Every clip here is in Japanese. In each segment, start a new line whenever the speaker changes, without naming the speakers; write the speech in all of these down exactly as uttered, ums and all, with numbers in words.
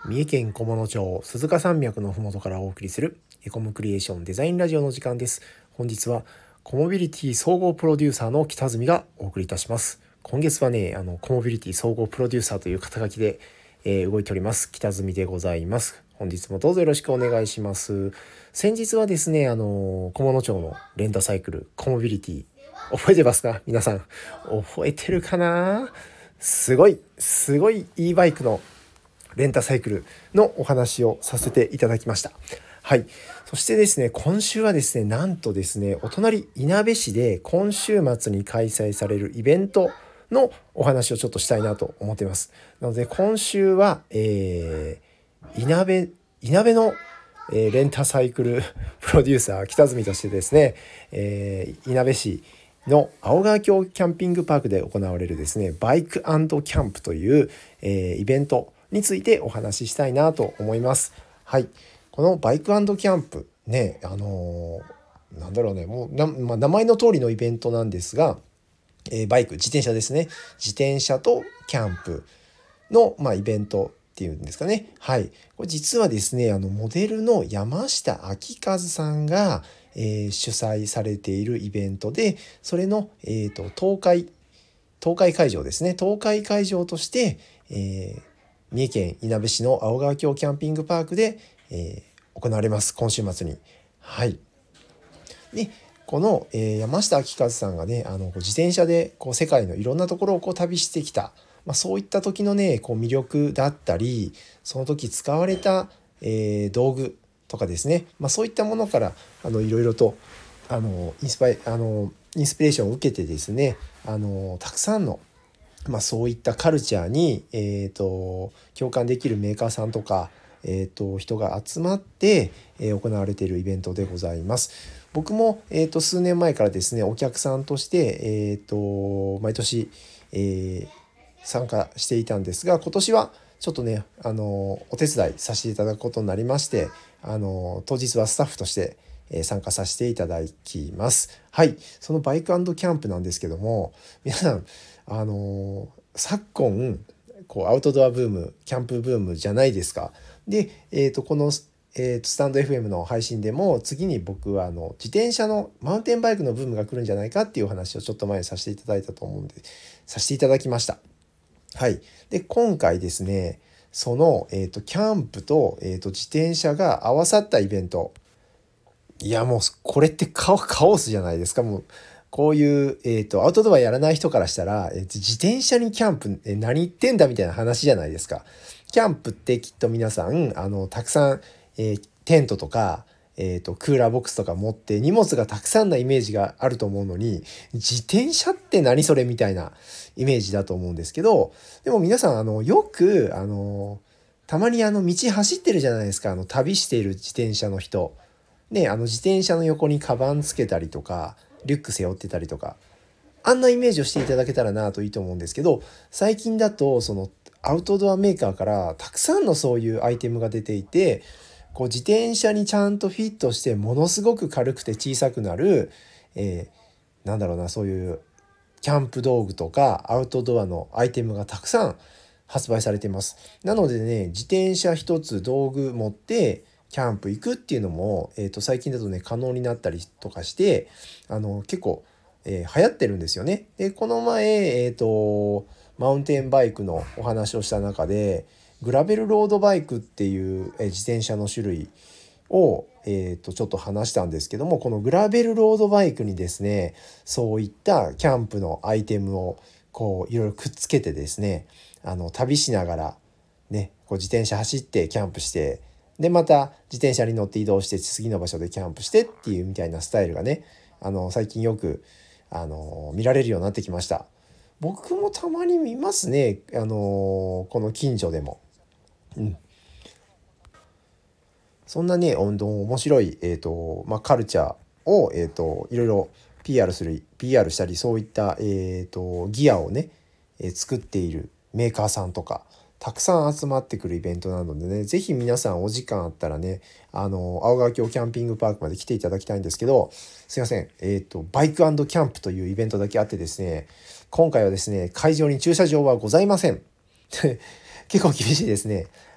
三重県菰野町鈴鹿山脈のふもとからお送りするエコムクリエーションデザインラジオの時間です。本日はコモビリティ総合プロデューサーの北住がお送りいたします。今月はね、あのコモビリティ総合プロデューサーという肩書きで、えー、動いております北住でございます。本日もどうぞよろしくお願いします。先日はですね、あの菰野町のレンタサイクルコモビリティ覚えてますか皆さん。覚えてるかな。すごいすごい e バイクのレンタサイクルのお話をさせていただきました。はい。そしてですね、今週はですね、なんとですね、お隣いなべ市で今週末に開催されるイベントのお話をちょっとしたいなと思っています。なので今週は、えー、いなべ、いなべの、えー、レンタサイクルプロデューサー北住としてですね、えー、いなべ市の青川峡キャンピングパークで行われるですね、バイク&キャンプという、えー、イベントについてお話ししたいなと思います。はい。このバイク&キャンプね、あのー、なんだろうね、もうな、まあ、名前の通りのイベントなんですが、えー、バイク、自転車ですね。自転車とキャンプの、まあ、イベントっていうんですかね。はい。これ実はですね、あの、モデルの山下明和さんが、えー、主催されているイベントで、それの、えーと、東海、東海会場ですね。東海会場として、えー三重県いなべ市の青川峡キャンピングパークで、えー、行われます今週末に。はい。でこの、えー、山下明和さんがね、あの自転車でこう世界のいろんなところをこう旅してきた、まあ、そういった時のねこう魅力だったり、その時使われた、えー、道具とかですね、まあ、そういったものからあのいろいろとあのインスパイあのインスピレーションを受けてですね、あのたくさんのまあ、そういったカルチャーに、えー、と共感できるメーカーさんとか、えー、と人が集まって、えー、行われているイベントでございます。僕も、えー、と数年前からですねお客さんとして、えー、と毎年、えー、参加していたんですが、今年はちょっとねあのお手伝いさせていただくことになりまして、あの当日はスタッフとして参加させていただきます。はい。そのバイク&キャンプなんですけども、皆さんあの昨今こうアウトドアブーム、キャンプブームじゃないですか。で、えー、とこの、えー、とスタンド エフエム の配信でも次に僕はあの自転車のマウンテンバイクのブームが来るんじゃないかっていう話をちょっと前にさせていただいたと思うんでさせていただきました。はい。で今回ですねその、えー、とキャンプと,、えー、と自転車が合わさったイベント、いやもうこれってカオ、カオスじゃないですか。もうこういう、えーと、アウトドアやらない人からしたら、えー、自転車にキャンプ、えー、何言ってんだみたいな話じゃないですか。キャンプってきっと皆さん、あの、たくさん、えーテントとか、えーと、クーラーボックスとか持って荷物がたくさんなイメージがあると思うのに、自転車って何それみたいなイメージだと思うんですけど、でも皆さん、あの、よく、あの、たまにあの、道走ってるじゃないですか。あの、旅している自転車の人。ね、あの自転車の横にカバンつけたりとかリュック背負ってたりとか、あんなイメージをしていただけたらなといいと思うんですけど、最近だとそのアウトドアメーカーからたくさんのそういうアイテムが出ていて、こう自転車にちゃんとフィットしてものすごく軽くて小さくなる、えー、なんだろうな、そういうキャンプ道具とかアウトドアのアイテムがたくさん発売されています。なのでね、自転車一つ道具持ってキャンプ行くっていうのも、えー、と最近だとね可能になったりとかして、あの結構、えー、流行ってるんですよね。でこの前、えー、とマウンテンバイクのお話をした中でグラベルロードバイクっていう、えー、自転車の種類を、えー、とちょっと話したんですけども、このグラベルロードバイクにですねそういったキャンプのアイテムをこういろいろくっつけてですね、あの旅しながらねこう自転車走ってキャンプして、でまた自転車に乗って移動して次の場所でキャンプしてっていうみたいなスタイルがね、あの最近よくあの見られるようになってきました。僕もたまに見ますね、あのこの近所でも。うん、そんなね、お面白い、えーとまあ、カルチャーを、えーと、いろいろ ピーアール する ピーアール したり、そういった、えーと、ギアをね、えー作っているメーカーさんとかたくさん集まってくるイベントなのでね、ぜひ皆さんお時間あったらね、あの青川峡キャンピングパークまで来ていただきたいんですけど、すいません、えーと、バイク&キャンプというイベントだけあってですね、今回はですね会場に駐車場はございません。結構厳しいですね。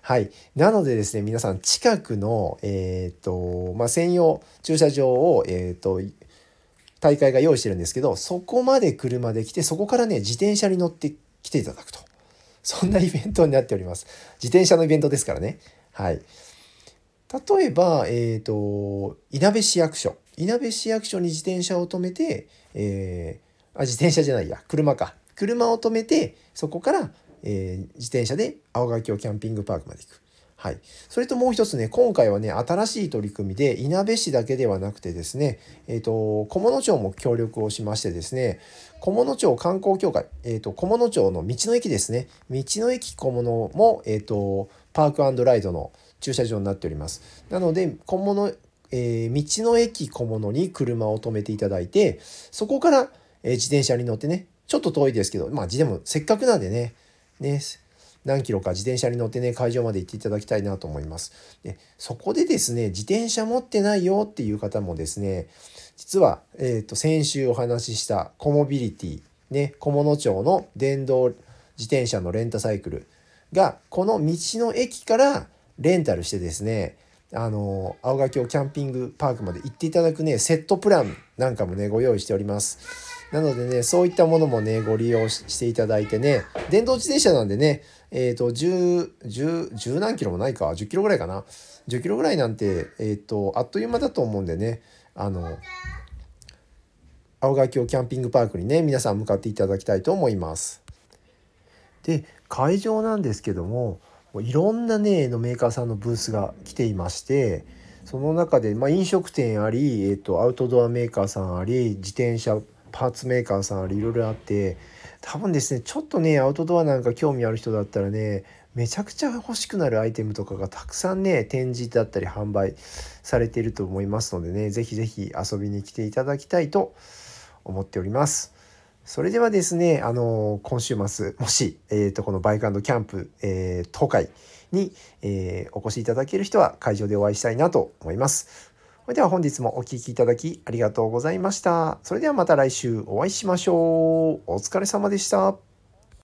はい。なのでですね、皆さん近くの、えっと、まあ、専用駐車場を、えっと、大会が用意してるんですけど、そこまで車で来て、そこからね、自転車に乗って来ていただくと。そんなイベントになっております。自転車のイベントですからね。はい。例えば、えっと、いなべ市役所。いなべ市役所に自転車を止めて、えー、あ、自転車じゃないや、車か。車を止めて、そこから、えー自転車で青垣尾キャンピングパークまで行く。はい。それともう一つね、今回はね、新しい取り組みで、いなべ市だけではなくてですね、えっと、菰野町も協力をしましてですね、菰野町観光協会、えっと、菰野町の道の駅ですね、道の駅菰野も、えっと、パーク&ライドの駐車場になっております。なので、菰野、えー道の駅菰野に車を止めていただいて、そこから、えー自転車に乗ってね、ちょっと遠いですけど、まあ、でもせっかくなんでね、ね、何キロか自転車に乗ってね、会場まで行っていただきたいなと思います。で、そこでですね、自転車持ってないよっていう方もですね、実は、えっと、先週お話ししたコモビリティ、ね、菰野町の電動自転車のレンタサイクルが、この道の駅からレンタルしてですね、あの、青垣尾キャンピングパークまで行っていただくね、セットプランなんかもね、ご用意しております。なのでね、そういったものもね、ご利用していただいてね、電動自転車なんでね、えっと、じゅう、じゅう、じゅう何キロもないか、じゅっキロぐらいかな。じゅっキロぐらいなんて、えっと、あっという間だと思うんでね、あの、青垣尾キャンピングパークにね、皆さん向かっていただきたいと思います。で、会場なんですけども、もういろんなね、のメーカーさんのブースが来ていまして、その中で、まあ、飲食店あり、えっと、アウトドアメーカーさんあり、自転車パーツメーカーさんあり、いろいろあって、多分ですね、ちょっとね、アウトドアなんか興味ある人だったらね、めちゃくちゃ欲しくなるアイテムとかがたくさんね、展示だったり販売されていると思いますのでね、ぜひぜひ遊びに来ていただきたいと思っております。それではですね、あの今週末もし、えー、とこのバイクキャンプ、えー、東海に、えーお越しいただける人は会場でお会いしたいなと思います。それでは本日もお聴きいただきありがとうございました。それではまた来週お会いしましょう。お疲れ様でした。